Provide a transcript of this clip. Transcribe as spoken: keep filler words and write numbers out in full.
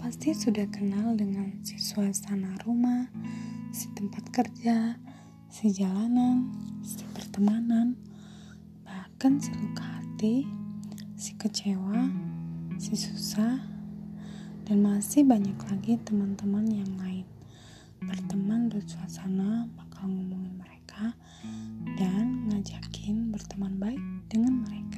pasti sudah kenal dengan si suasana rumah, si tempat kerja, si jalanan, si pertemanan, bahkan si luka hati, si kecewa, si susah, dan masih banyak lagi teman-teman yang lain. Berteman bersuasana bakal ngomongin mereka dan ngajakin berteman baik dengan mereka.